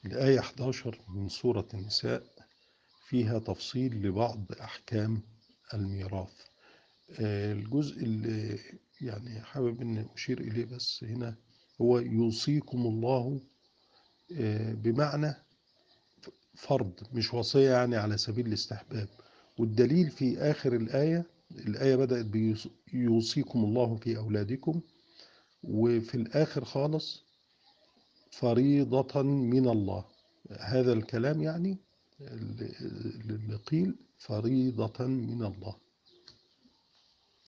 الآية 11 من سورة النساء فيها تفصيل لبعض أحكام الميراث. الجزء اللي يعني حابب أن أشير إليه بس هنا هو يوصيكم الله، بمعنى فرض مش وصية يعني على سبيل الاستحباب. والدليل في آخر الآية بدأت بيوصيكم الله في أولادكم، وفي الآخر خالص فريضة من الله. هذا الكلام يعني اللي قيل فريضة من الله.